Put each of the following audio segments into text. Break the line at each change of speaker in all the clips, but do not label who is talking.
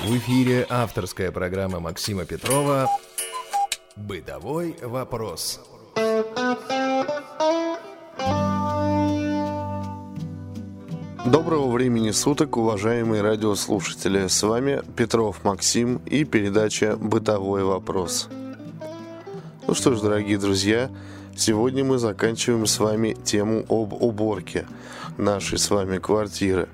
В эфире авторская программа Максима Петрова «Бытовой вопрос».
Доброго времени суток, уважаемые радиослушатели. С вами Петров Максим и передача «Бытовой вопрос». Ну что ж, дорогие друзья, сегодня мы заканчиваем с вами тему об уборке нашей с вами квартиры.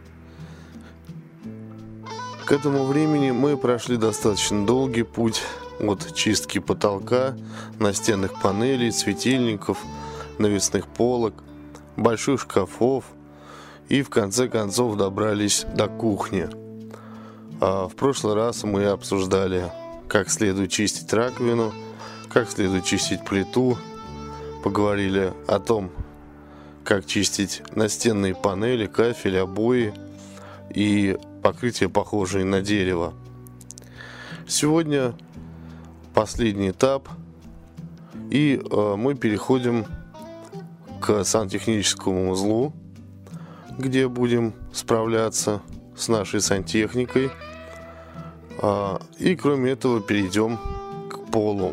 К этому времени мы прошли достаточно долгий путь от чистки потолка, настенных панелей, светильников, навесных полок, больших шкафов и в конце концов добрались до кухни. В прошлый раз мы обсуждали, как следует чистить раковину, как следует чистить плиту, поговорили о том, как чистить настенные панели, кафель, обои и покрытие, похожее на дерево. Сегодня последний этап, и мы переходим к сантехническому узлу, где будем справляться с нашей сантехникой, и кроме этого перейдем к полу.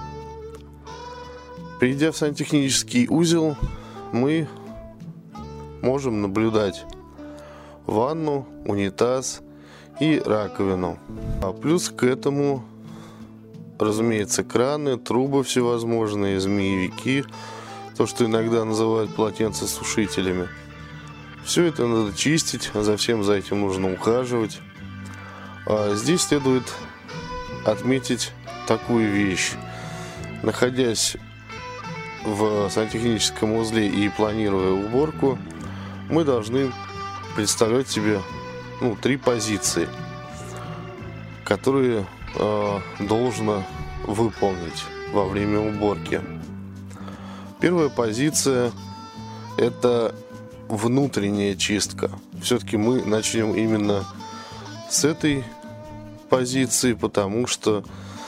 Перейдя в сантехнический узел, мы можем наблюдать ванну, унитаз и раковину. Плюс к этому, разумеется, краны, трубы всевозможные, змеевики, то, что иногда называют полотенцесушителями. Все это надо чистить, за всем за этим нужно ухаживать. Здесь следует отметить такую вещь. Находясь в сантехническом узле и планируя уборку, мы должны представлять себе три позиции, которые должно выполнить во время уборки. Первая позиция – это внутренняя чистка. Все-таки мы начнем именно с этой позиции, потому что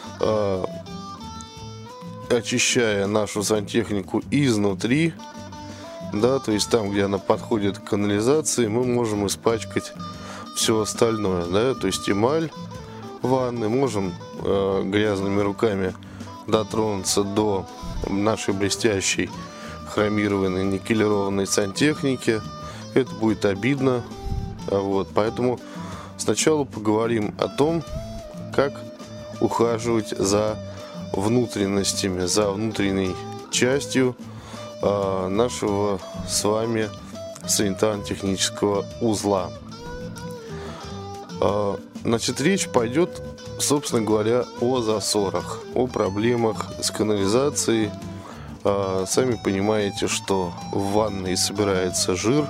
очищая нашу сантехнику изнутри, да, то есть там, где она подходит к канализации, мы можем испачкать все остальное, да, то есть эмаль ванны, можем грязными руками дотронуться до нашей блестящей хромированной, никелированной сантехники. Это будет обидно. Поэтому сначала поговорим о том, как ухаживать за внутренностями, за внутренней частью нашего с вами санитарно-технического узла. Речь пойдет, собственно говоря, о засорах, о проблемах с канализацией. Сами понимаете, что в ванной собирается жир,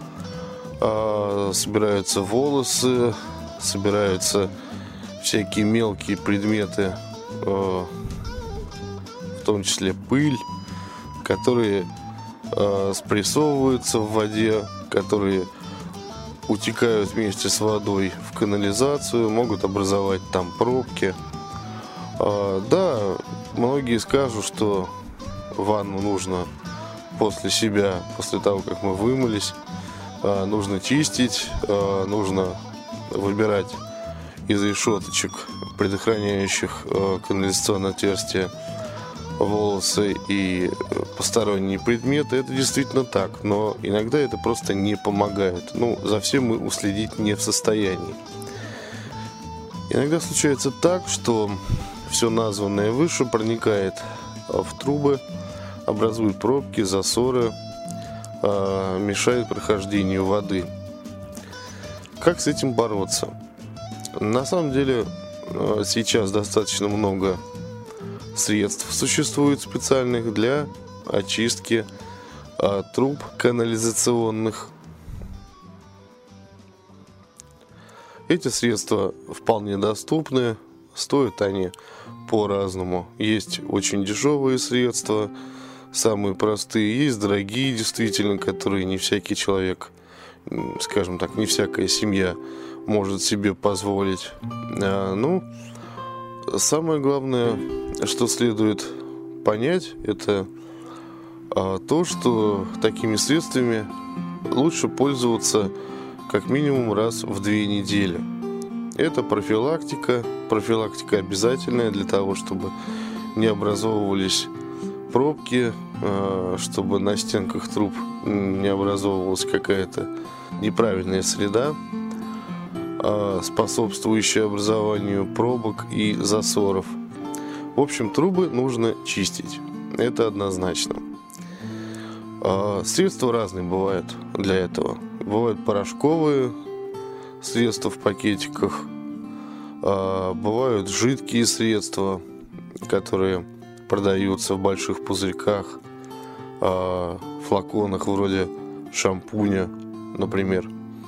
собираются волосы, собираются всякие мелкие предметы, в том числе пыль, которые спрессовываются в воде, которые утекают вместе с водой в канализацию, могут образовать там пробки. Да, многие скажут, что ванну нужно после себя, после того, как мы вымылись, нужно чистить, нужно выбирать из решеточек, предохраняющих канализационное отверстие, волосы и посторонние предметы. Это действительно так, но иногда это просто не помогает. За всем мы уследить не в состоянии. Иногда случается так, что все названное выше проникает в трубы, образует пробки, засоры, мешает прохождению воды. Как с этим бороться? На самом деле сейчас достаточно много средств существует специальных для очистки труб канализационных. Эти средства вполне доступны, стоят они по-разному. Есть очень дешевые средства, самые простые, есть дорогие, действительно, которые не всякий человек, скажем так, не всякая семья может себе позволить. Самое главное, что следует понять, это то, что такими средствами лучше пользоваться как минимум раз в 2 недели. Это профилактика. Профилактика обязательная для того, чтобы не образовывались пробки, чтобы на стенках труб не образовывалась какая-то неправильная среда, способствующая образованию пробок и засоров. В общем, трубы нужно чистить. Это однозначно. Средства разные бывают для этого. Бывают порошковые средства в пакетиках, бывают жидкие средства, которые продаются в больших пузырьках, флаконах вроде шампуня, например.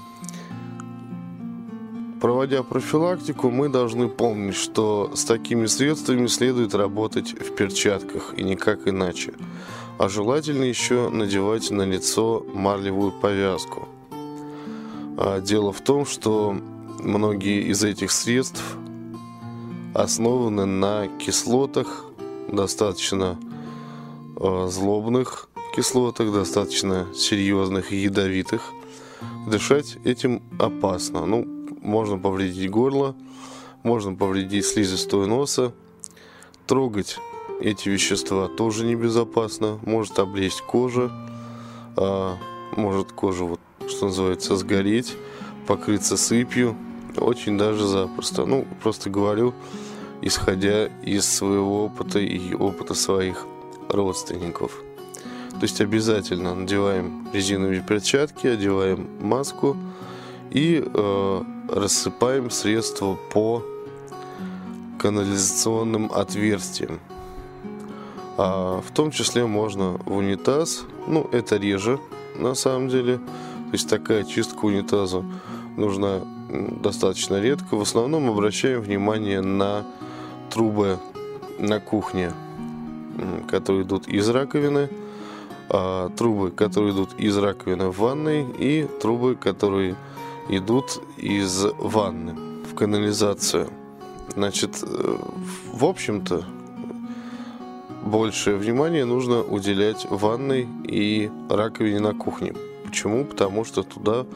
Проводя профилактику, мы должны помнить, что с такими средствами следует работать в перчатках и никак иначе. А желательно еще надевать на лицо марлевую повязку. Дело в том, что многие из этих средств основаны на кислотах, достаточно злобных кислотах, достаточно серьезных и ядовитых. Дышать этим опасно. Можно повредить горло, можно повредить слизистую носа. Трогать эти вещества тоже небезопасно. Может облезть кожа, может кожа, что называется, сгореть, покрыться сыпью. Очень даже запросто. Просто говорю, исходя из своего опыта и опыта своих родственников. То есть обязательно надеваем резиновые перчатки, одеваем маску и рассыпаем средства по канализационным отверстиям. В том числе можно в унитаз. Это реже на самом деле. То есть такая чистка унитаза нужна достаточно редко. В основном обращаем внимание на трубы на кухне, которые идут из раковины, трубы, которые идут из раковины в ванной, и трубы, которые идут из ванны в канализацию. Значит, в общем-то, большее внимание нужно уделять ванной и раковине на кухне. Почему? Потому что туда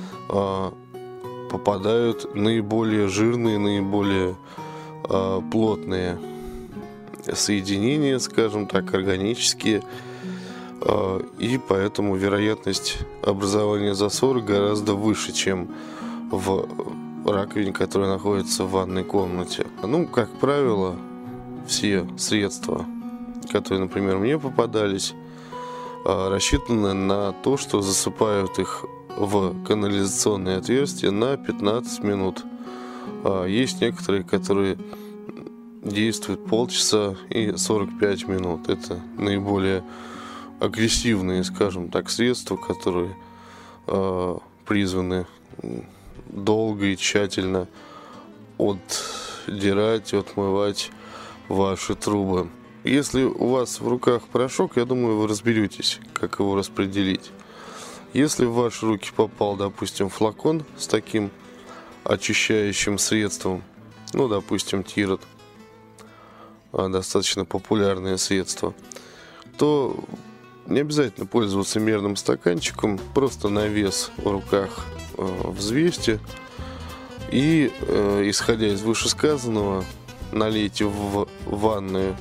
попадают наиболее жирные, наиболее плотные соединения, скажем так, органические, и поэтому вероятность образования засора гораздо выше, чем в раковине, которая находится в ванной комнате. Как правило, все средства, которые, например, мне попадались, рассчитаны на то, что засыпают их в канализационные отверстия на 15 минут. Есть некоторые, которые действуют полчаса и 45 минут. Это наиболее агрессивные, скажем так, средства, которые призваны долго и тщательно отдирать, отмывать ваши трубы. Если у вас в руках порошок, я думаю, вы разберетесь, как его распределить. Если в ваши руки попал, допустим, флакон с таким очищающим средством, допустим, Тирот, достаточно популярное средство, то не обязательно пользоваться мерным стаканчиком, просто на вес в руках взвесьте и, исходя из вышесказанного, налейте в ванную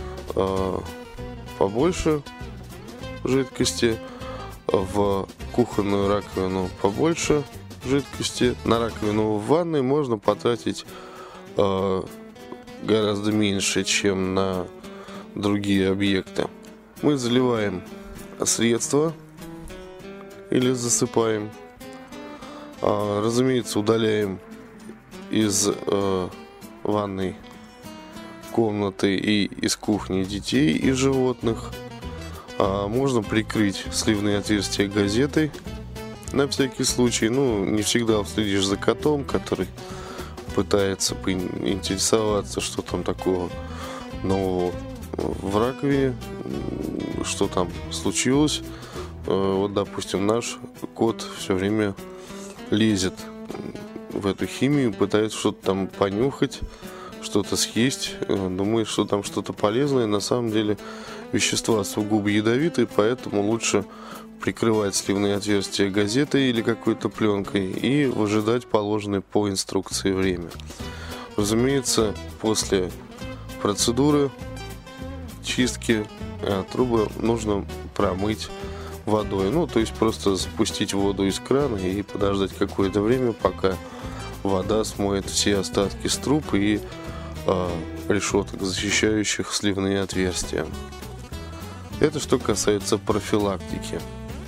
побольше жидкости, в кухонную раковину побольше жидкости. На раковину в ванной можно потратить гораздо меньше, чем на другие объекты. Мы заливаем средство или засыпаем. Разумеется, удаляем из ванной комнаты и из кухни детей и животных. Можно прикрыть сливные отверстия газетой на всякий случай. Не всегда уследишь за котом, который пытается поинтересоваться, что там такого нового в раковине, что там случилось. Допустим, наш кот все время лезет в эту химию, пытается что-то там понюхать, что-то съесть, думает, что там что-то полезное. На самом деле вещества сугубо ядовитые, поэтому лучше прикрывать сливные отверстия газетой или какой-то пленкой и выжидать положенное по инструкции время. Разумеется, после процедуры чистки трубы нужно промыть водой. Ну, то есть просто спустить воду из крана и подождать какое-то время, пока вода смоет все остатки с труб и решеток, защищающих сливные отверстия. Это что касается профилактики.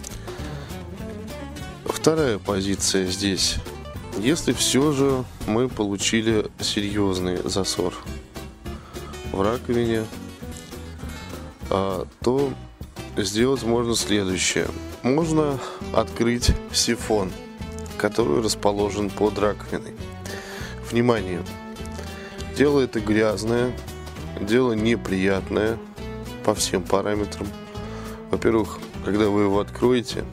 Вторая позиция здесь. Если все же мы получили серьезный засор в раковине, то сделать можно следующее. Можно открыть сифон, который расположен под раковиной. Внимание! Дело это грязное, дело неприятное по всем параметрам. Во-первых, когда вы его откроете,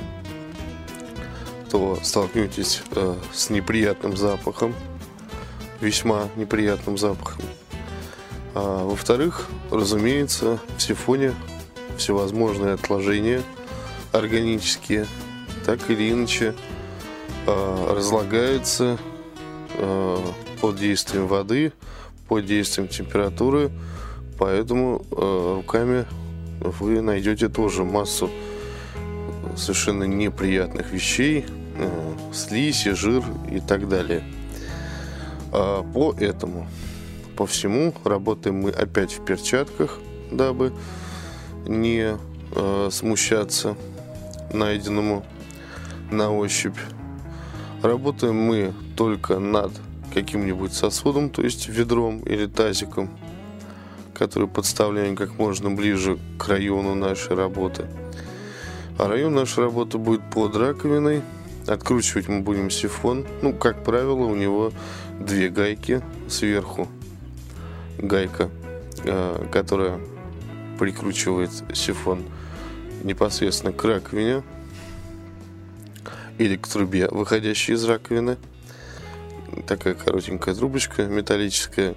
то столкнетесь с неприятным запахом, весьма неприятным запахом. Во-вторых, разумеется, в сифоне всевозможные отложения органические, так или иначе разлагаются под действием воды, под действием температуры, поэтому руками вы найдете тоже массу совершенно неприятных вещей, слизь, жир и так далее. Поэтому, по всему, работаем мы опять в перчатках, дабы не смущаться найденному на ощупь. Работаем мы только над каким-нибудь сосудом, то есть ведром или тазиком, который подставляем как можно ближе к району нашей работы. А район нашей работы будет под раковиной. Откручивать мы будем сифон. Ну, как правило, у него две гайки сверху. Гайка, которая прикручивает сифон непосредственно к раковине или к трубе, выходящей из раковины. Такая коротенькая трубочка металлическая.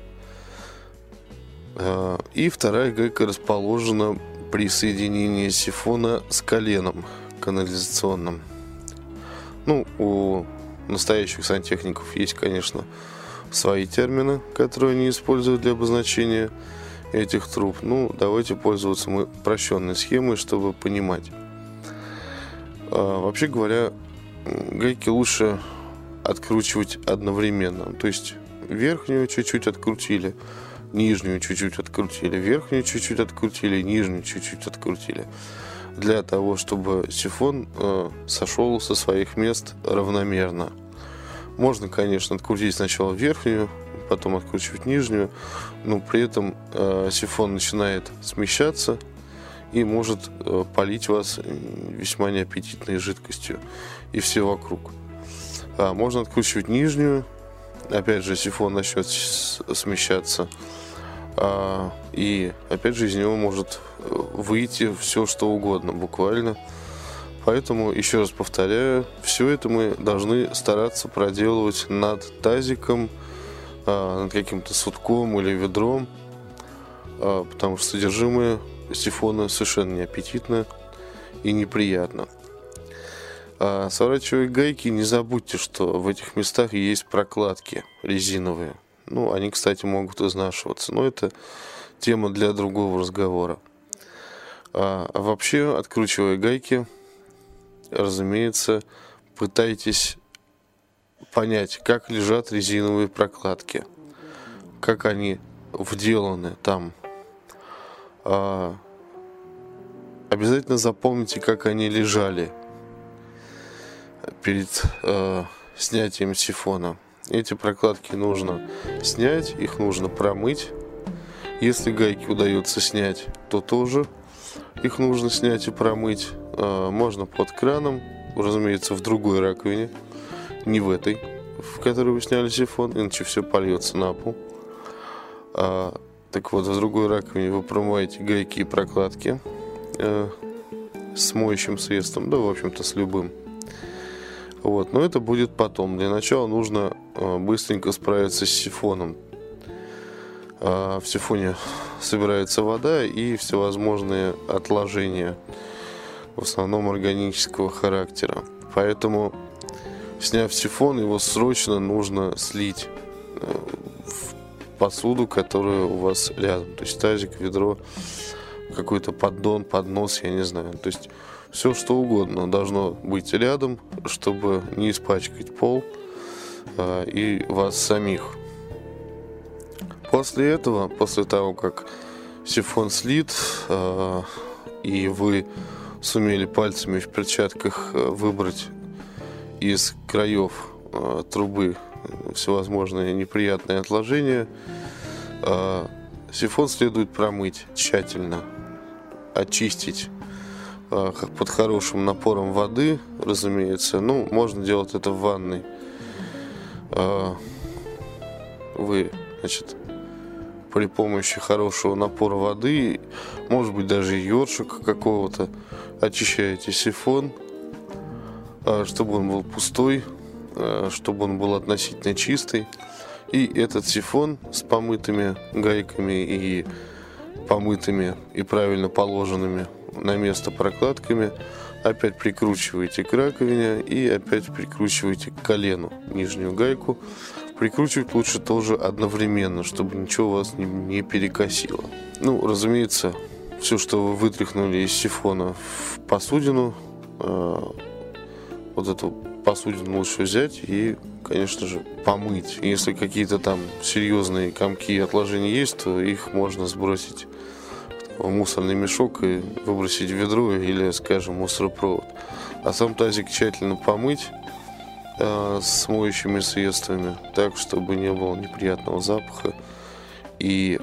И вторая гайка расположена при соединении сифона с коленом канализационным. Ну, у настоящих сантехников есть, конечно, свои термины, которые они используют для обозначения этих труб. Ну, давайте пользоваться мы упрощенной схемой, чтобы понимать. Вообще говоря, гайки лучше откручивать одновременно. То есть верхнюю чуть-чуть открутили, нижнюю чуть-чуть открутили, верхнюю чуть-чуть открутили, нижнюю чуть-чуть открутили. Для того, чтобы сифон сошел со своих мест равномерно. Можно, конечно, открутить сначала верхнюю, потом откручивать нижнюю, но при этом сифон начинает смещаться и может полить вас весьма неаппетитной жидкостью и все вокруг. Можно откручивать нижнюю, опять же сифон начнет смещаться, и опять же из него может выйти все что угодно буквально. Поэтому, еще раз повторяю, все это мы должны стараться проделывать над тазиком, над каким-то сутком или ведром, потому что содержимое сифона совершенно неаппетитно и неприятно. Сворачивая гайки, не забудьте, что в этих местах есть прокладки резиновые. Ну, они, кстати, могут изнашиваться, но это тема для другого разговора. А вообще, откручивая гайки, разумеется, пытайтесь понять, как лежат резиновые прокладки, как они вделаны там. Обязательно запомните, как они лежали перед снятием сифона. Эти прокладки нужно снять, их нужно промыть. Если гайки удается снять, то тоже их нужно снять и промыть. Можно под краном, разумеется, в другой раковине, не в этой, в которой вы сняли сифон, иначе все польется на пол. Так вот, в другой раковине вы промываете гайки и прокладки с моющим средством, да, в общем-то, с любым. Вот, но это будет потом. Для начала нужно быстренько справиться с сифоном. в сифоне собирается вода и всевозможные отложения, в основном органического характера. Поэтому, сняв сифон, его срочно нужно слить в посуду, которая у вас рядом. То есть тазик, ведро, какой-то поддон, поднос, я не знаю. То есть все, что угодно должно быть рядом, чтобы не испачкать пол и вас самих. После этого, после того, как сифон слит, и вы сумели пальцами в перчатках выбрать из краев трубы всевозможные неприятные отложения, сифон следует промыть тщательно, очистить под хорошим напором воды, разумеется. Ну, можно делать это в ванной. Вы, значит, при помощи хорошего напора воды, может быть даже ёршика какого-то, очищаете сифон, чтобы он был пустой, чтобы он был относительно чистый. И этот сифон с помытыми гайками и помытыми и правильно положенными на место прокладками опять прикручиваете к раковине и опять прикручиваете к колену нижнюю гайку. Прикручивать лучше тоже одновременно, чтобы ничего у вас не перекосило. Ну, разумеется, все, что вы вытряхнули из сифона в посудину, вот эту посудину лучше взять и, конечно же, помыть. Если какие-то там серьезные комки и отложения есть, то их можно сбросить в мусорный мешок и выбросить в ведро или, скажем, мусоропровод. А сам тазик тщательно помыть с моющими средствами, так, чтобы не было неприятного запаха и,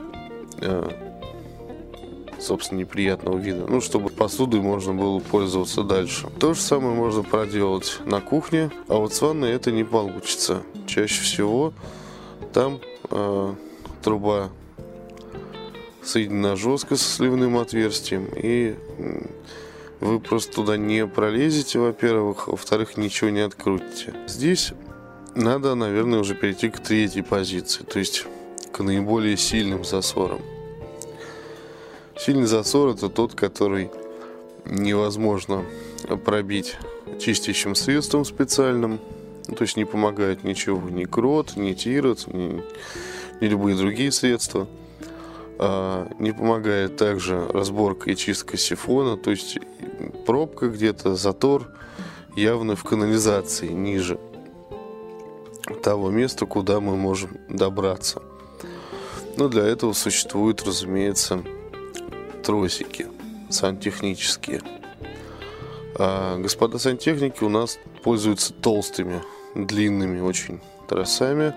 собственно, неприятного вида. Ну, чтобы посудой можно было пользоваться дальше. То же самое можно проделать на кухне, а вот с ванной это не получится. Чаще всего там труба соединена жестко со сливным отверстием, и вы просто туда не пролезете, во-первых, во-вторых, ничего не открутите. Здесь надо, наверное, уже перейти к третьей позиции, то есть к наиболее сильным засорам. Сильный засор — это тот, который невозможно пробить чистящим средством специальным, то есть не помогает ничего, ни крот, ни тирот, ни любые другие средства. Не помогает также разборка и чистка сифона, то есть пробка где-то, затор явно в канализации ниже того места, куда мы можем добраться. Но для этого существуют, разумеется, тросики сантехнические. Господа сантехники у нас пользуются толстыми, длинными очень тросами,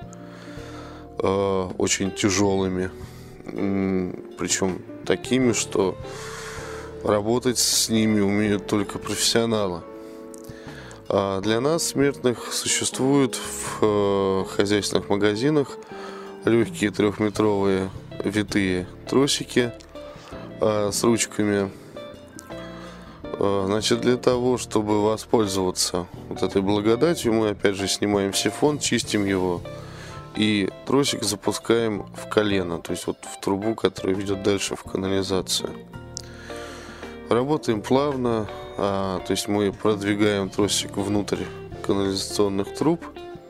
очень тяжелыми, причем такими, что работать с ними умеют только профессионалы. А для нас, смертных, существуют в хозяйственных магазинах легкие 3-метровые витые тросики с ручками. Значит, для того, чтобы воспользоваться вот этой благодатью, мы опять же снимаем сифон, чистим его и тросик запускаем в колено, то есть вот в трубу, которая ведет дальше в канализацию. Работаем плавно, то есть мы продвигаем тросик внутрь канализационных труб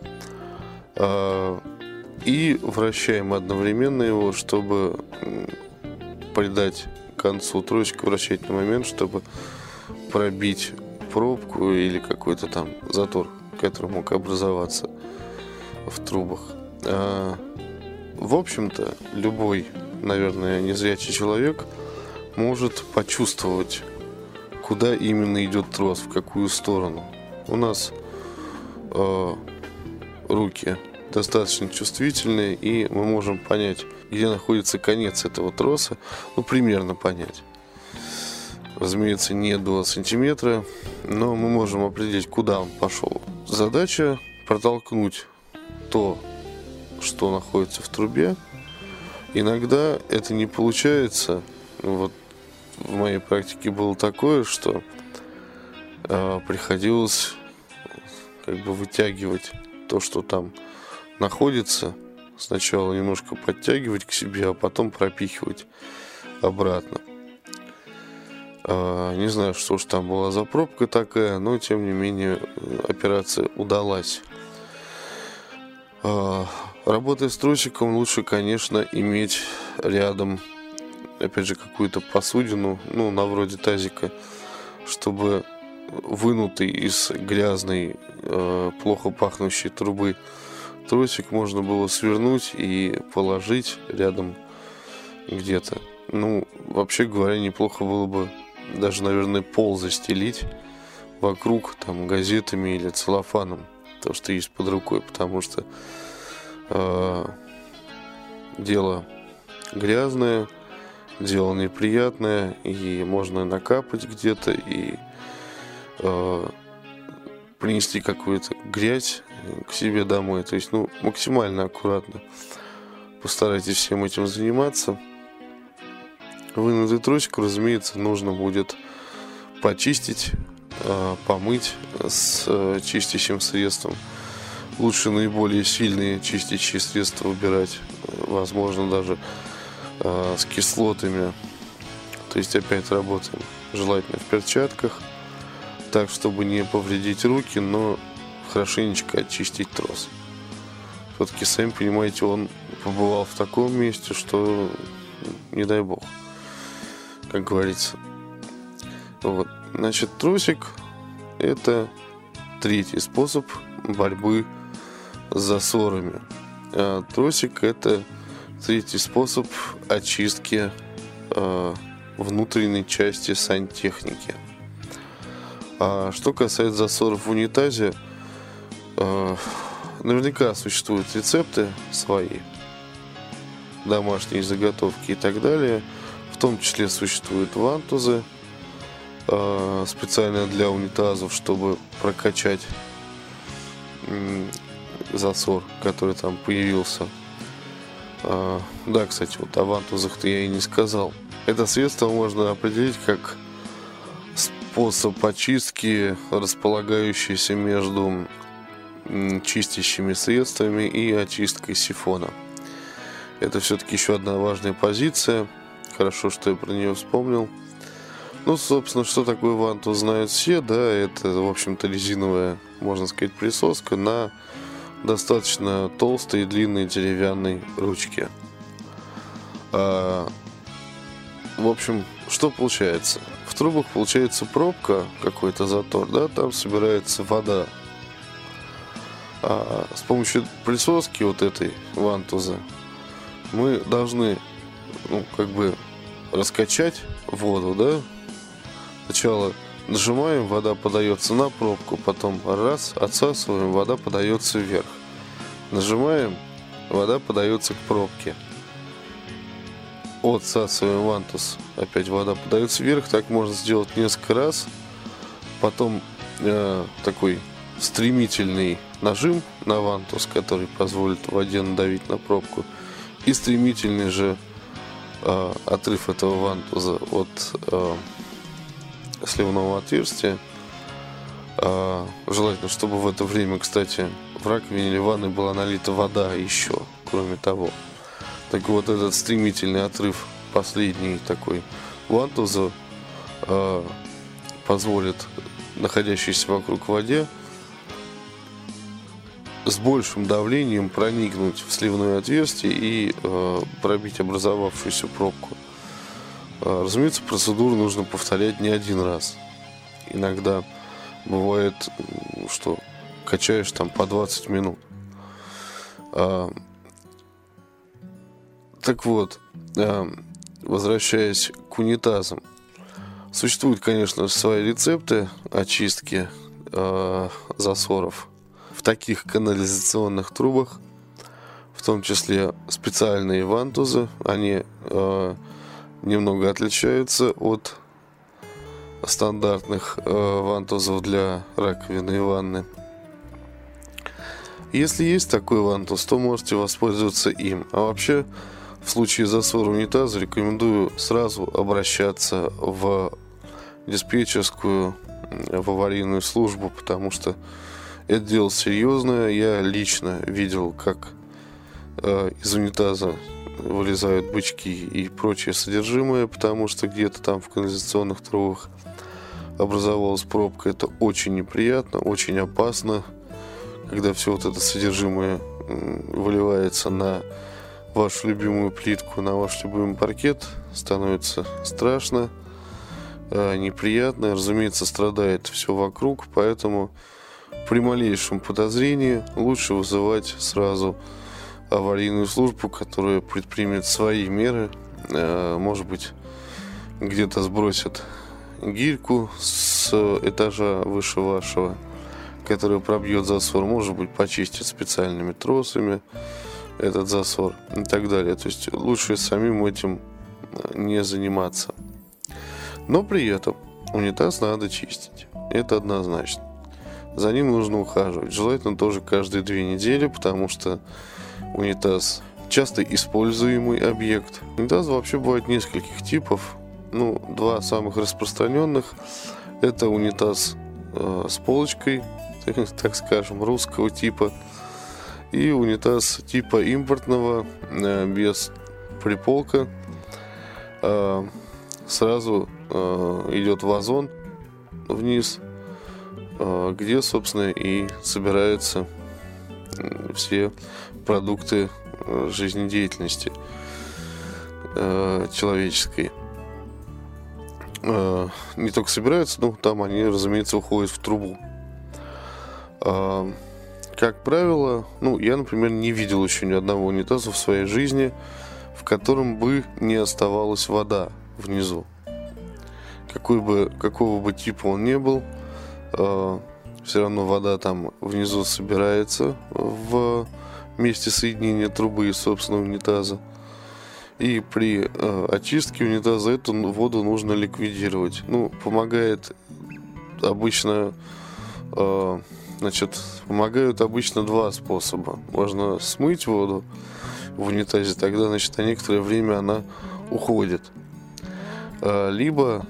и вращаем одновременно его, чтобы придать к концу тросика вращательный момент, чтобы пробить пробку или какой-то там затор, который мог образоваться в трубах. В общем-то, любой, наверное, незрячий человек может почувствовать, куда именно идет трос, в какую сторону. У нас руки достаточно чувствительные, и мы можем понять, где находится конец этого троса, ну, примерно понять. Разумеется, не до сантиметра, но мы можем определить, куда он пошел. Задача протолкнуть то, что находится в трубе. Иногда это не получается. Вот в моей практике было такое, что приходилось как бы вытягивать то, что там находится, сначала немножко подтягивать к себе, а потом пропихивать обратно. Не знаю, что ж там была за пробка такая, но тем не менее операция удалась. Работая с тросиком, лучше, конечно, иметь рядом, опять же, какую-то посудину, на вроде тазика, чтобы вынутый из грязной, плохо пахнущей трубы тросик можно было свернуть и положить рядом где-то. Вообще говоря, неплохо было бы даже, наверное, пол застелить вокруг там газетами или целлофаном, то, что есть под рукой, потому что дело грязное, дело неприятное, и можно накапать где-то и принести какую-то грязь к себе домой. То есть, максимально аккуратно постарайтесь всем этим заниматься. Вынутый тросик, разумеется, нужно будет почистить, помыть с чистящим средством. Лучше наиболее сильные чистящие средства выбирать, возможно, даже с кислотами. То есть опять работаем желательно в перчатках, так, чтобы не повредить руки, но хорошенечко очистить трос. Все-таки, сами понимаете, он побывал в таком месте, что не дай бог, как говорится. Значит, тросик — это третий способ борьбы с засорами. Тросик — это третий способ очистки внутренней части сантехники. А что касается засоров в унитазе, наверняка существуют рецепты свои, домашние заготовки и так далее. В том числе существуют вантузы специально для унитазов, чтобы прокачать засор, который там появился. Да, кстати, о вантузах-то я и не сказал. Это средство можно определить как способ очистки, располагающийся между чистящими средствами и очисткой сифона. Это все-таки еще одна важная позиция. Хорошо, что я про нее вспомнил. Собственно, что такое вантуз, знают все, да, это, в общем-то, резиновая, можно сказать, присоска на достаточно толстой и длинной деревянной ручке. В общем, что получается? В трубах получается пробка, какой-то затор, да, там собирается вода. С помощью присоски вот этой вантуза мы должны, раскачать воду, да. Сначала нажимаем, вода подается на пробку, потом раз, отсасываем, вода подается вверх. Нажимаем, вода подается к пробке. Отсасываем вантуз, опять вода подается вверх. Так можно сделать несколько раз. Потом такой стремительный нажим на вантуз, который позволит воде надавить на пробку. И стремительный же отрыв этого вантуза от сливного отверстия. Желательно, чтобы в это время, кстати, в раковине или ванной была налита вода еще, кроме того. Так вот, этот стремительный отрыв, последний такой вантуза, позволит находящейся вокруг воде с большим давлением проникнуть в сливное отверстие и пробить образовавшуюся пробку. Разумеется, процедуру нужно повторять не один раз. Иногда бывает, что качаешь там по 20 минут. Так вот, возвращаясь к унитазам. Существуют, конечно, свои рецепты очистки засоров в таких канализационных трубах, в том числе специальные вантузы. Они немного отличаются от стандартных вантузов для раковины и ванны. Если есть такой вантуз, то можете воспользоваться им. А вообще, в случае засора унитаза рекомендую сразу обращаться в диспетчерскую, в аварийную службу, потому что это дело серьезное. Я лично видел, как из унитаза вылезают бычки и прочее содержимое, потому что где-то там в канализационных трубах образовалась пробка. Это очень неприятно, очень опасно, когда все вот это содержимое выливается на вашу любимую плитку, на ваш любимый паркет. Становится страшно, неприятно, разумеется, страдает все вокруг, поэтому при малейшем подозрении лучше вызывать сразу аварийную службу, которая предпримет свои меры. Может быть, где-то сбросят гирьку с этажа выше вашего, которая пробьет засор, может быть, почистят специальными тросами этот засор и так далее. То есть лучше самим этим не заниматься. Но при этом унитаз надо чистить. Это однозначно. За ним нужно ухаживать. Желательно тоже каждые 2 недели, потому что унитаз часто используемый объект. Унитаз вообще бывает нескольких типов. 2 самых распространенных — это унитаз с полочкой, так скажем, русского типа, и унитаз типа импортного, без приполка. Сразу идет вазон вниз, где, собственно, и собираются все продукты жизнедеятельности человеческой. Не только собираются, но там они, разумеется, уходят в трубу. Как правило, я, например, не видел еще ни одного унитаза в своей жизни, в котором бы не оставалась вода внизу. Какого бы типа он ни был, все равно вода там внизу собирается в месте соединения трубы и, собственно, унитаза. И при очистке унитаза эту воду нужно ликвидировать. Помогает обычно, помогают обычно 2 способа. Можно смыть воду в унитазе, тогда, на некоторое время она уходит. Либо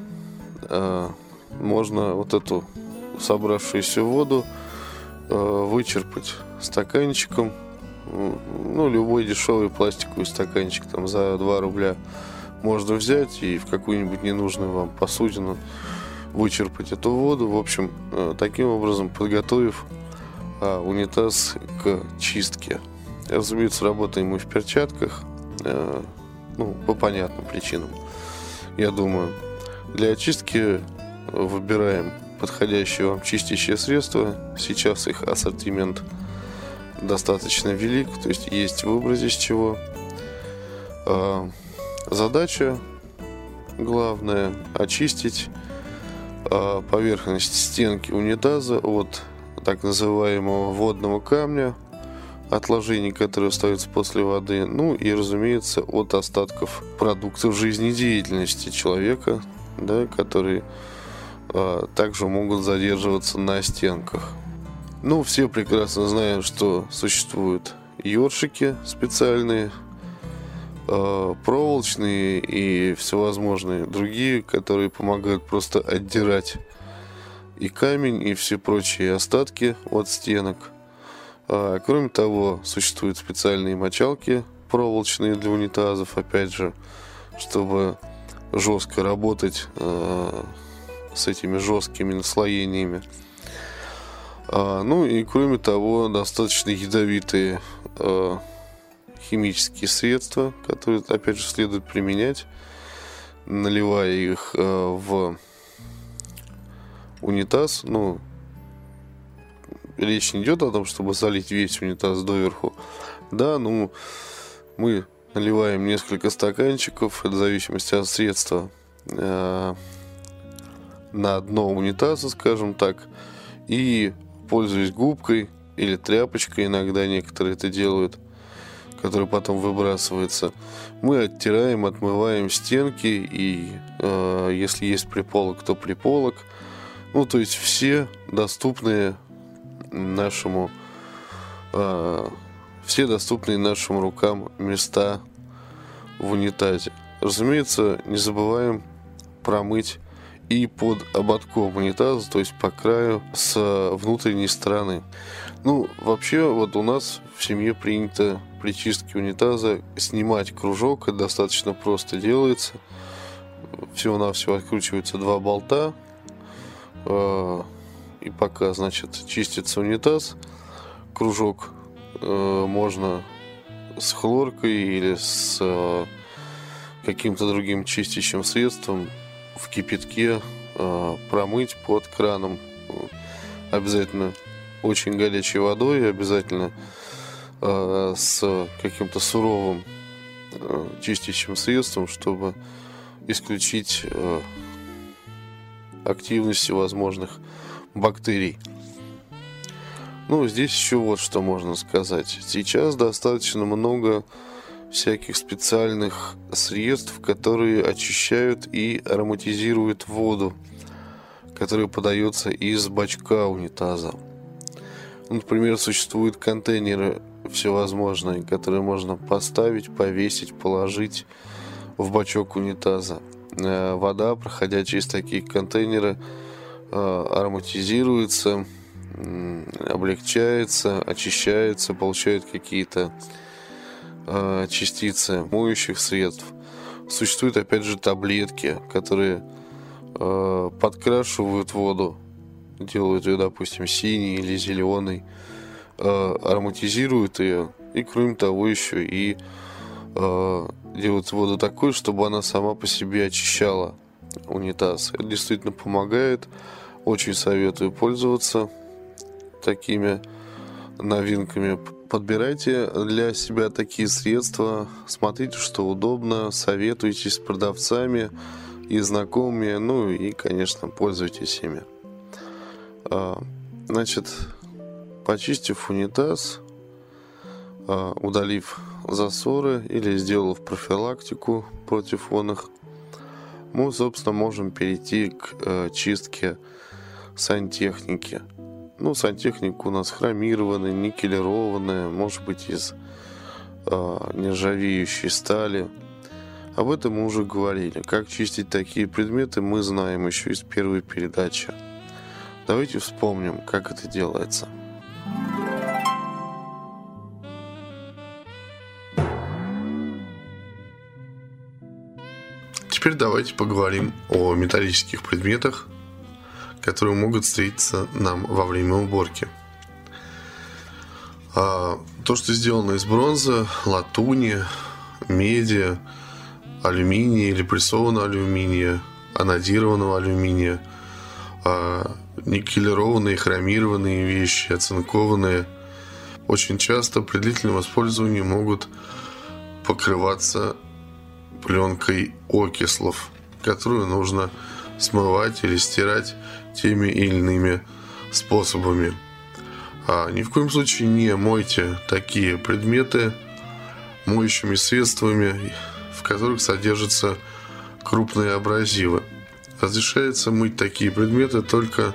можно вот эту собравшуюся воду вычерпать стаканчиком. Любой дешевый пластиковый стаканчик там за 2 рубля можно взять и в какую-нибудь ненужную вам посудину вычерпать эту воду. В общем, таким образом подготовив унитаз к чистке. Разумеется, работаем мы в перчатках, по понятным причинам. Я думаю, для очистки выбираем подходящее вам чистящее средство. Сейчас их ассортимент достаточно велик, то есть выбор из чего. Задача главная — очистить поверхность стенки унитаза от так называемого водного камня, отложений, которые остаются после воды, и, разумеется, от остатков продуктов жизнедеятельности человека, которые также могут задерживаться на стенках. Все прекрасно знают, что существуют ёршики специальные, проволочные и всевозможные другие, которые помогают просто отдирать и камень, и все прочие остатки от стенок. Кроме того, существуют специальные мочалки проволочные для унитазов, опять же, чтобы жестко работать с этими жесткими наслоениями. И кроме того, достаточно ядовитые химические средства, которые, опять же, следует применять, наливая их в унитаз. Речь не идет о том, чтобы залить весь унитаз доверху. Мы наливаем несколько стаканчиков, в зависимости от средства, на дно унитаза, скажем так, и, пользуясь губкой или тряпочкой, иногда некоторые это делают, которая потом выбрасывается, мы оттираем, отмываем стенки, и если есть приполок, то приполок. То есть все доступные нашему рукам места в унитазе. Разумеется, не забываем промыть и под ободком унитаза, то есть по краю с внутренней стороны. Ну, вообще, вот у нас в семье принято при чистке унитаза снимать кружок. Это достаточно просто делается. Всего-навсего откручиваются 2 болта. И пока, значит, чистится унитаз, кружок можно с хлоркой или с каким-то другим чистящим средством в кипятке промыть под краном. Обязательно очень горячей водой, обязательно с каким-то суровым чистящим средством, чтобы исключить активность всевозможных бактерий. Ну, здесь еще вот что можно сказать. Сейчас достаточно много всяких специальных средств, которые очищают и ароматизируют воду, которая подается из бачка унитаза. Например, существуют контейнеры всевозможные, которые можно поставить, повесить, положить в бачок унитаза. Вода, проходя через такие контейнеры, ароматизируется, облегчается, очищается, получает какие-то частицы моющих средств. Существуют, опять же, таблетки, которые подкрашивают воду, делают ее, допустим, синей или зеленой, ароматизируют ее и, кроме того, еще и делают воду такой, чтобы она сама по себе очищала унитаз. Это действительно помогает. Очень советую пользоваться такими новинками. Подбирайте для себя такие средства, смотрите, что удобно, советуйтесь с продавцами и знакомыми, ну и, конечно, пользуйтесь ими. Значит, почистив унитаз, удалив засоры или сделав профилактику против них, мы, собственно, можем перейти к чистке сантехники. Ну, сантехника у нас хромированная, никелированная, может быть, из нержавеющей стали. Об этом мы уже говорили. Как чистить такие предметы, мы знаем еще из первой передачи. Давайте вспомним, как это делается. Теперь давайте поговорим о металлических предметах, которые могут встретиться нам во время уборки. То, что сделано из бронзы, латуни, меди, алюминия или прессованного алюминия, анодированного алюминия, никелированные, хромированные вещи, оцинкованные, очень часто при длительном использовании могут покрываться пленкой окислов, которую нужно смывать или стирать теми или иными способами. Ни в коем случае не мойте такие предметы моющими средствами, в которых содержатся крупные абразивы. Разрешается мыть такие предметы только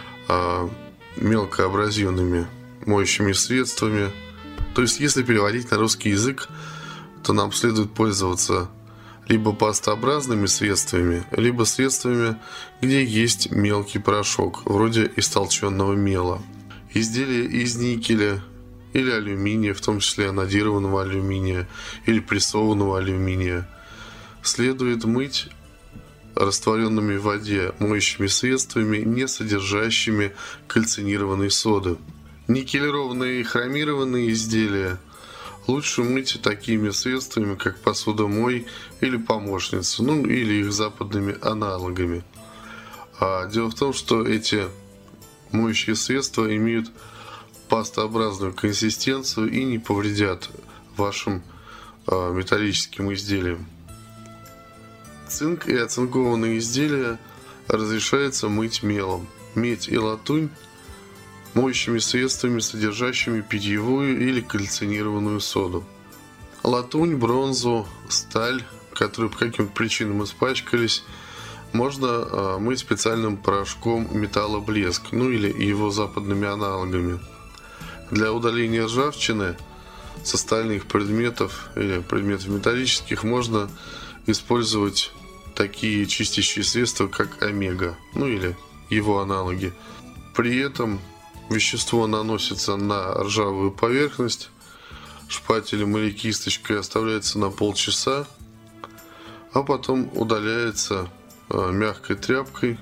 мелкоабразивными моющими средствами. То есть, если переводить на русский язык, то нам следует пользоваться либо пастообразными средствами, либо средствами, где есть мелкий порошок, вроде истолченного мела. Изделия из никеля или алюминия, в том числе анодированного алюминия или прессованного алюминия, следует мыть растворенными в воде моющими средствами, не содержащими кальцинированной соды. Никелированные и хромированные изделия лучше мыть такими средствами, как посудомой или помощница, ну или их западными аналогами. Дело в том, что эти моющие средства имеют пастообразную консистенцию и не повредят вашим металлическим изделиям. Цинк и оцинкованные изделия разрешается мыть мелом. Медь и латунь моющими средствами, содержащими питьевую или кальцинированную соду. Латунь, бронзу, сталь, которые по каким-то причинам испачкались, можно мыть специальным порошком металлоблеск, ну или его западными аналогами. Для удаления ржавчины с остальных предметов или предметов металлических можно использовать такие чистящие средства, как омега, ну или его аналоги. При этом вещество наносится на ржавую поверхность шпателем или кисточкой, оставляется на полчаса, а потом удаляется мягкой тряпкой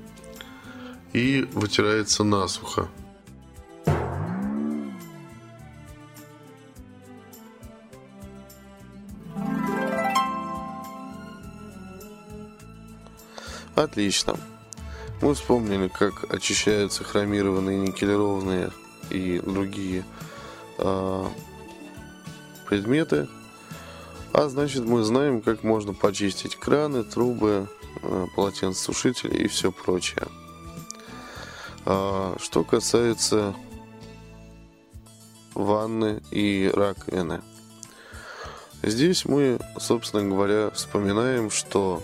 и вытирается насухо. Отлично. Мы вспомнили, как очищаются хромированные, никелированные и другие предметы. А значит, мы знаем, как можно почистить краны, трубы, полотенцесушители и все прочее. Что касается ванны и раковины. Здесь мы, собственно говоря, вспоминаем, что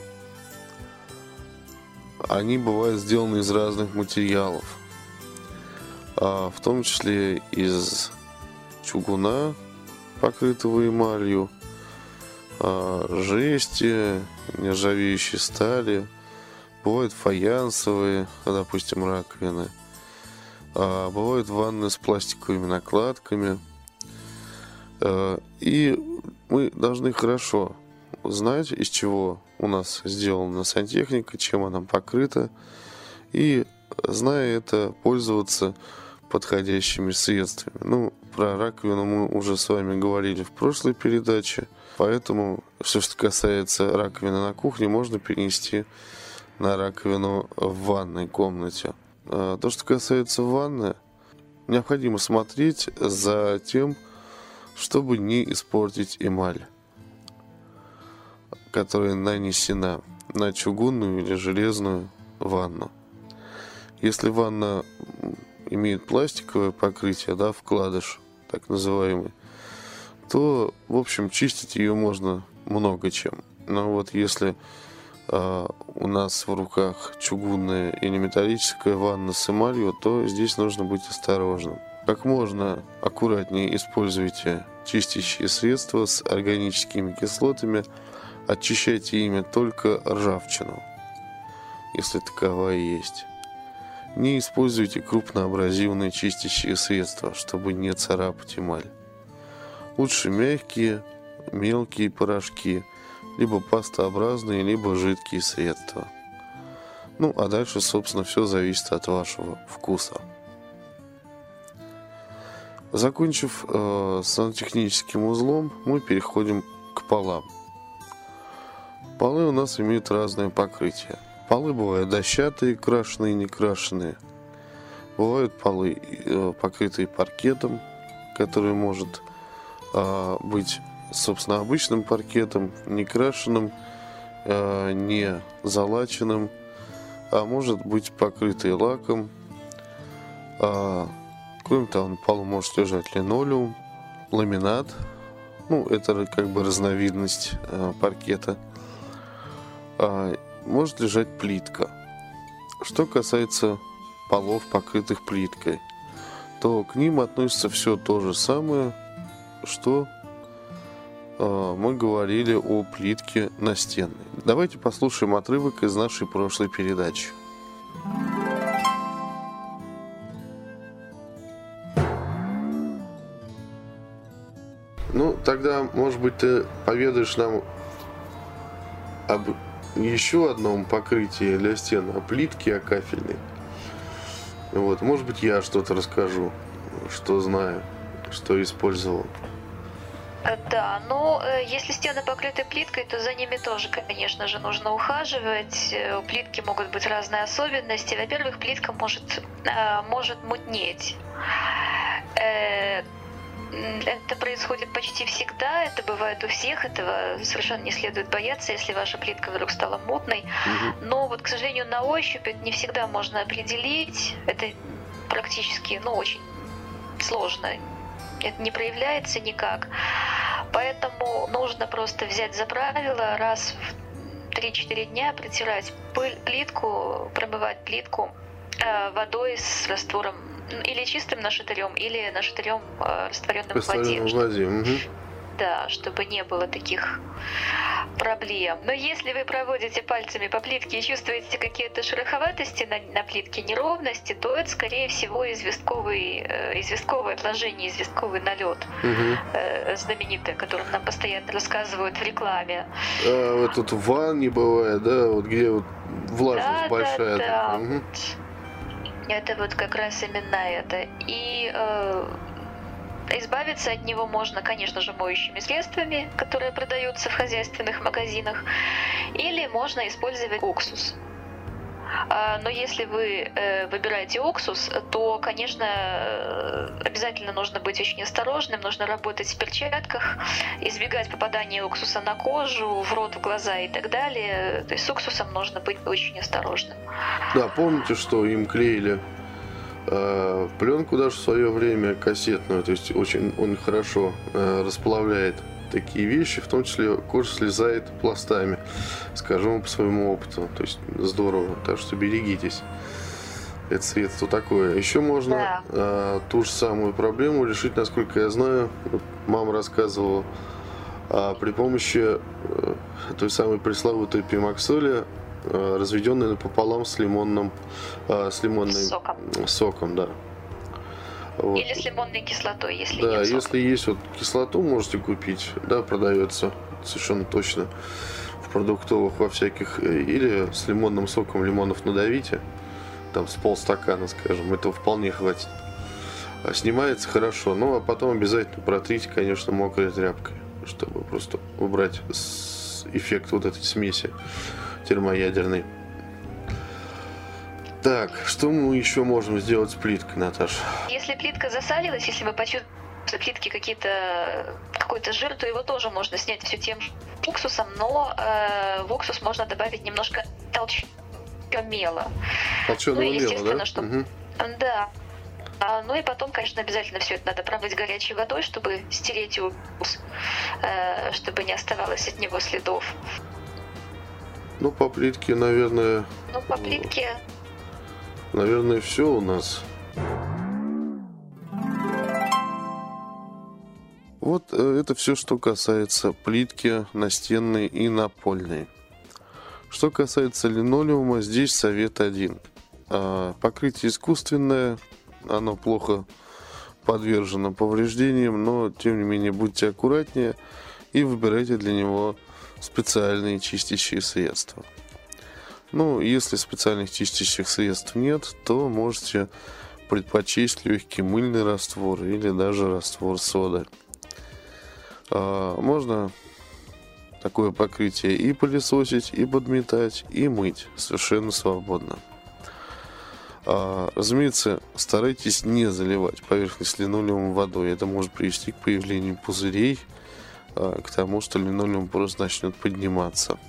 они бывают сделаны из разных материалов, в том числе из чугуна, покрытого эмалью, жести, нержавеющей стали, бывают фаянсовые, допустим, раковины, бывают ванны с пластиковыми накладками. И мы должны хорошо знать, из чего у нас сделана сантехника, чем она покрыта, и, зная это, пользоваться подходящими средствами. Ну, про раковину мы уже с вами говорили в прошлой передаче, поэтому все, что касается раковины на кухне, можно перенести на раковину в ванной комнате. То, что касается ванны, необходимо смотреть за тем, чтобы не испортить эмаль, которая нанесена на чугунную или железную ванну. Если ванна имеет пластиковое покрытие, да, вкладыш, так называемый, то, в общем, чистить ее можно много чем. Но вот если у нас в руках чугунная или металлическая ванна с эмалью, то здесь нужно быть осторожным. Как можно аккуратнее используйте чистящие средства с органическими кислотами, очищайте ими только ржавчину, если таковая есть. Не используйте крупноабразивные чистящие средства, чтобы не царапать эмаль. Лучше мягкие, мелкие порошки, либо пастообразные, либо жидкие средства. Ну, а дальше, собственно, все зависит от вашего вкуса. Закончив сантехническим узлом, мы переходим к полам. Полы у нас имеют разное покрытие. Полы бывают дощатые, крашеные, некрашенные. Бывают полы, покрытые паркетом, который может быть, собственно, обычным паркетом, не крашеным, не залаченным, а может быть покрытый лаком. Кроме того, на полу может лежать линолеум, ламинат. Ну, это как бы разновидность паркета. Может лежать плитка. Что касается полов, покрытых плиткой, то к ним относится все то же самое, что мы говорили о плитке настенной. Давайте послушаем отрывок из нашей прошлой передачи. Ну, тогда, может быть, ты поведаешь нам об еще одном покрытии для стен, о плитке, о кафельной. Вот, может быть, я что-то расскажу, что знаю, что использовал.
Да, ну, если стены покрыты плиткой, то за ними тоже, конечно же, нужно ухаживать. У плитки могут быть разные особенности. Во-первых, плитка может мутнеть. Это происходит почти всегда, это бывает у всех, этого совершенно не следует бояться, если ваша плитка вдруг стала мутной. Но вот, к сожалению, на ощупь это не всегда можно определить, это практически, очень сложно, это не проявляется никак. Поэтому нужно просто взять за правило раз в 3-4 дня протирать плитку, промывать плитку водой с раствором, или чистым нашатырем, или нашатырем, растворенным в воде. да, чтобы не было таких проблем. Но если вы проводите пальцами по плитке и чувствуете какие-то шероховатости на плитке, неровности, то это, скорее всего, известковое отложение, известковый налет, знаменитый, о котором нам постоянно рассказывают в рекламе.
Вот тут в ванне бывает, да, вот где вот влажность большая.
Да. Это вот как раз именно это. И избавиться от него можно, конечно же, моющими средствами, которые продаются в хозяйственных магазинах, или можно использовать уксус. Но если вы выбираете уксус, то, конечно, обязательно нужно быть очень осторожным, нужно работать в перчатках, избегать попадания уксуса на кожу, в рот, в глаза и так далее. То есть с уксусом нужно быть очень осторожным.
Да, помните, что им клеили пленку даже в свое время кассетную, то есть очень он хорошо расплавляет такие вещи, в том числе кожа слезает пластами, скажу вам по своему опыту, то есть здорово, так что берегитесь. Это средство такое. Еще можно ту же самую проблему решить, насколько я знаю, вот мама рассказывала, при помощи той самой пресловутой пимаксоли, разведенной напополам с лимонным соком, да. Вот.
Или с лимонной кислотой, если
да,
нет сока.
если есть вот кислоту, можете купить, да, продается совершенно точно в продуктовых во всяких, или с лимонным соком лимонов надавите, там с полстакана, скажем, этого вполне хватит. Снимается хорошо, ну а потом обязательно протрите, конечно, мокрой тряпкой, чтобы просто убрать эффект вот этой смеси термоядерной. Так, что мы еще можем сделать с плиткой, Наташа?
Если плитка засалилась, если вы почувствуете в плитке какой-то жир, то его тоже можно снять все тем же уксусом, но в уксус можно добавить немножко толченого мела.
Толченого мела, да?
Чтобы... Да. Ну и потом, конечно, обязательно все это надо промыть горячей водой, чтобы стереть уксус, чтобы не оставалось от него следов.
Ну, по плитке, наверное...
Ну, по плитке...
Наверное, все у нас. Вот это все, что касается плитки настенной и напольной. Что касается линолеума, здесь совет один. Покрытие искусственное, оно плохо подвержено повреждениям, но тем не менее будьте аккуратнее и выбирайте для него специальные чистящие средства. Ну, если специальных чистящих средств нет, то можете предпочесть легкий мыльный раствор или даже раствор соды. Можно такое покрытие и пылесосить, и подметать, и мыть совершенно свободно. Разумеется, старайтесь не заливать поверхность линолеума водой. Это может привести к появлению пузырей, к тому, что линолеум просто начнет подниматься.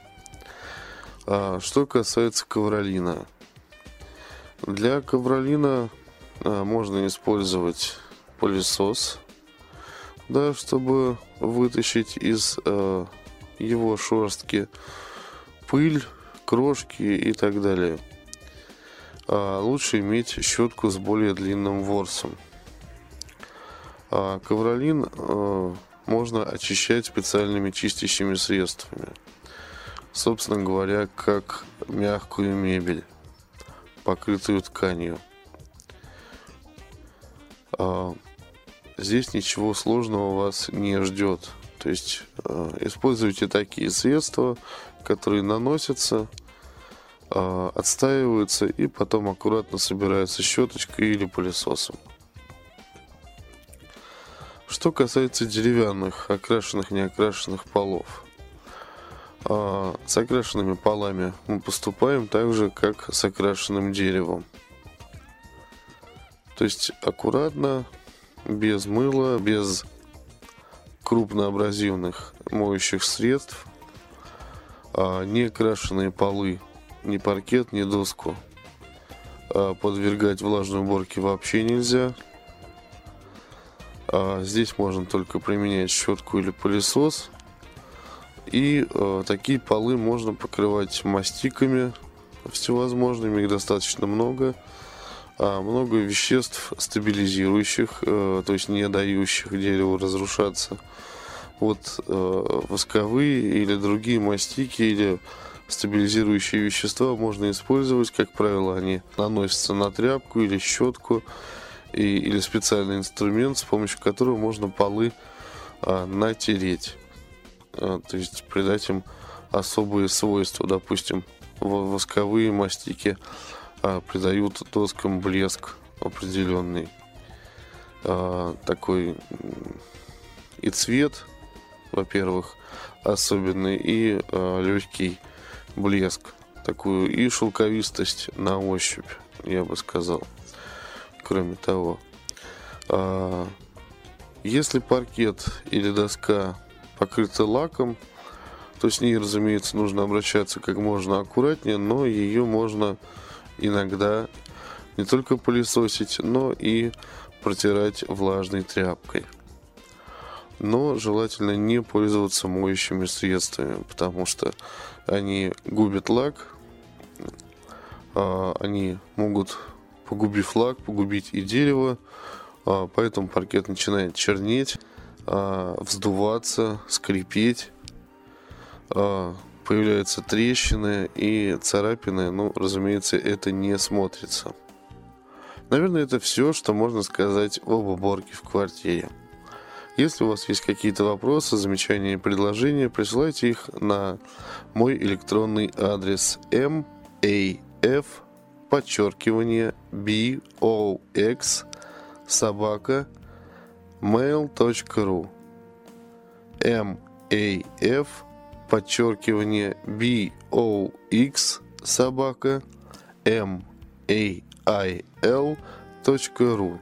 Что касается ковролина. Для ковролина можно использовать пылесос, да, чтобы вытащить из его шерстки пыль, крошки и так далее. Лучше иметь щетку с более длинным ворсом. Ковролин можно очищать специальными чистящими средствами. Собственно говоря, как мягкую мебель, покрытую тканью. Здесь ничего сложного вас не ждет. То есть используйте такие средства, которые наносятся, отстаиваются и потом аккуратно собираются щеточкой или пылесосом. Что касается деревянных, окрашенных и неокрашенных полов. С окрашенными полами мы поступаем так же, как с окрашенным деревом. То есть аккуратно, без мыла, без крупноабразивных моющих средств, неокрашенные полы, ни паркет, ни доску подвергать влажной уборке вообще нельзя. Здесь можно только применять щетку или пылесос. И такие полы можно покрывать мастиками всевозможными, их достаточно много. Много веществ стабилизирующих, то есть не дающих дереву разрушаться. Вот восковые или другие мастики или стабилизирующие вещества можно использовать. Как правило, они наносятся на тряпку или щетку или специальный инструмент, с помощью которого можно полы натереть. То есть придать им особые свойства. Допустим, восковые мастики придают доскам блеск определенный. Такой и цвет, во-первых, особенный, и легкий блеск, такую и шелковистость на ощупь, я бы сказал. Кроме того, если паркет или доска покрыта лаком, то с ней, разумеется, нужно обращаться как можно аккуратнее, но ее можно иногда не только пылесосить, но и протирать влажной тряпкой. Но желательно не пользоваться моющими средствами, потому что они губят лак, они могут, погубив лак, погубить и дерево, поэтому паркет начинает чернеть, вздуваться, скрипеть, появляются трещины и царапины. Ну, разумеется, это не смотрится. Наверное, это все, что можно сказать об уборке в квартире. Если у вас есть какие-то вопросы, замечания и предложения, присылайте их на мой электронный адрес maf_box@mail.ru maf_box@mail.ru.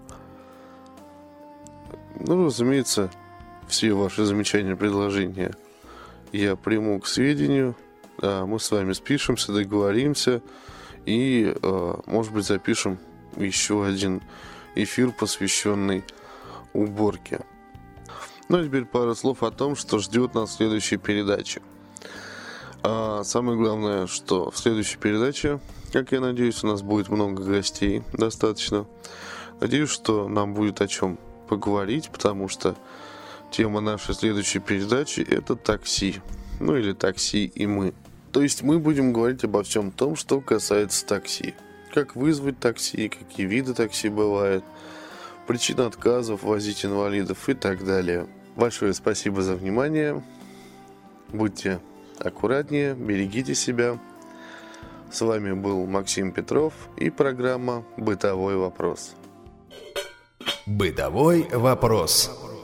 Ну, разумеется, все ваши замечания и предложения я приму к сведению. Мы с вами спишемся, договоримся и, может быть, запишем еще один эфир, посвященный уборке. Ну, а теперь пару слов о том, что ждет нас в следующей передаче. Самое главное, что в следующей передаче, как я надеюсь, у нас будет много гостей, достаточно. Надеюсь, что нам будет о чем поговорить, потому что тема нашей следующей передачи — это такси. Ну, или такси и мы. То есть мы будем говорить обо всем том, что касается такси. Как вызвать такси, какие виды такси бывают, причины отказов возить инвалидов и так далее. Большое спасибо за внимание. Будьте аккуратнее, берегите себя. С вами был Максим Петров и программа «Бытовой вопрос».
Бытовой вопрос.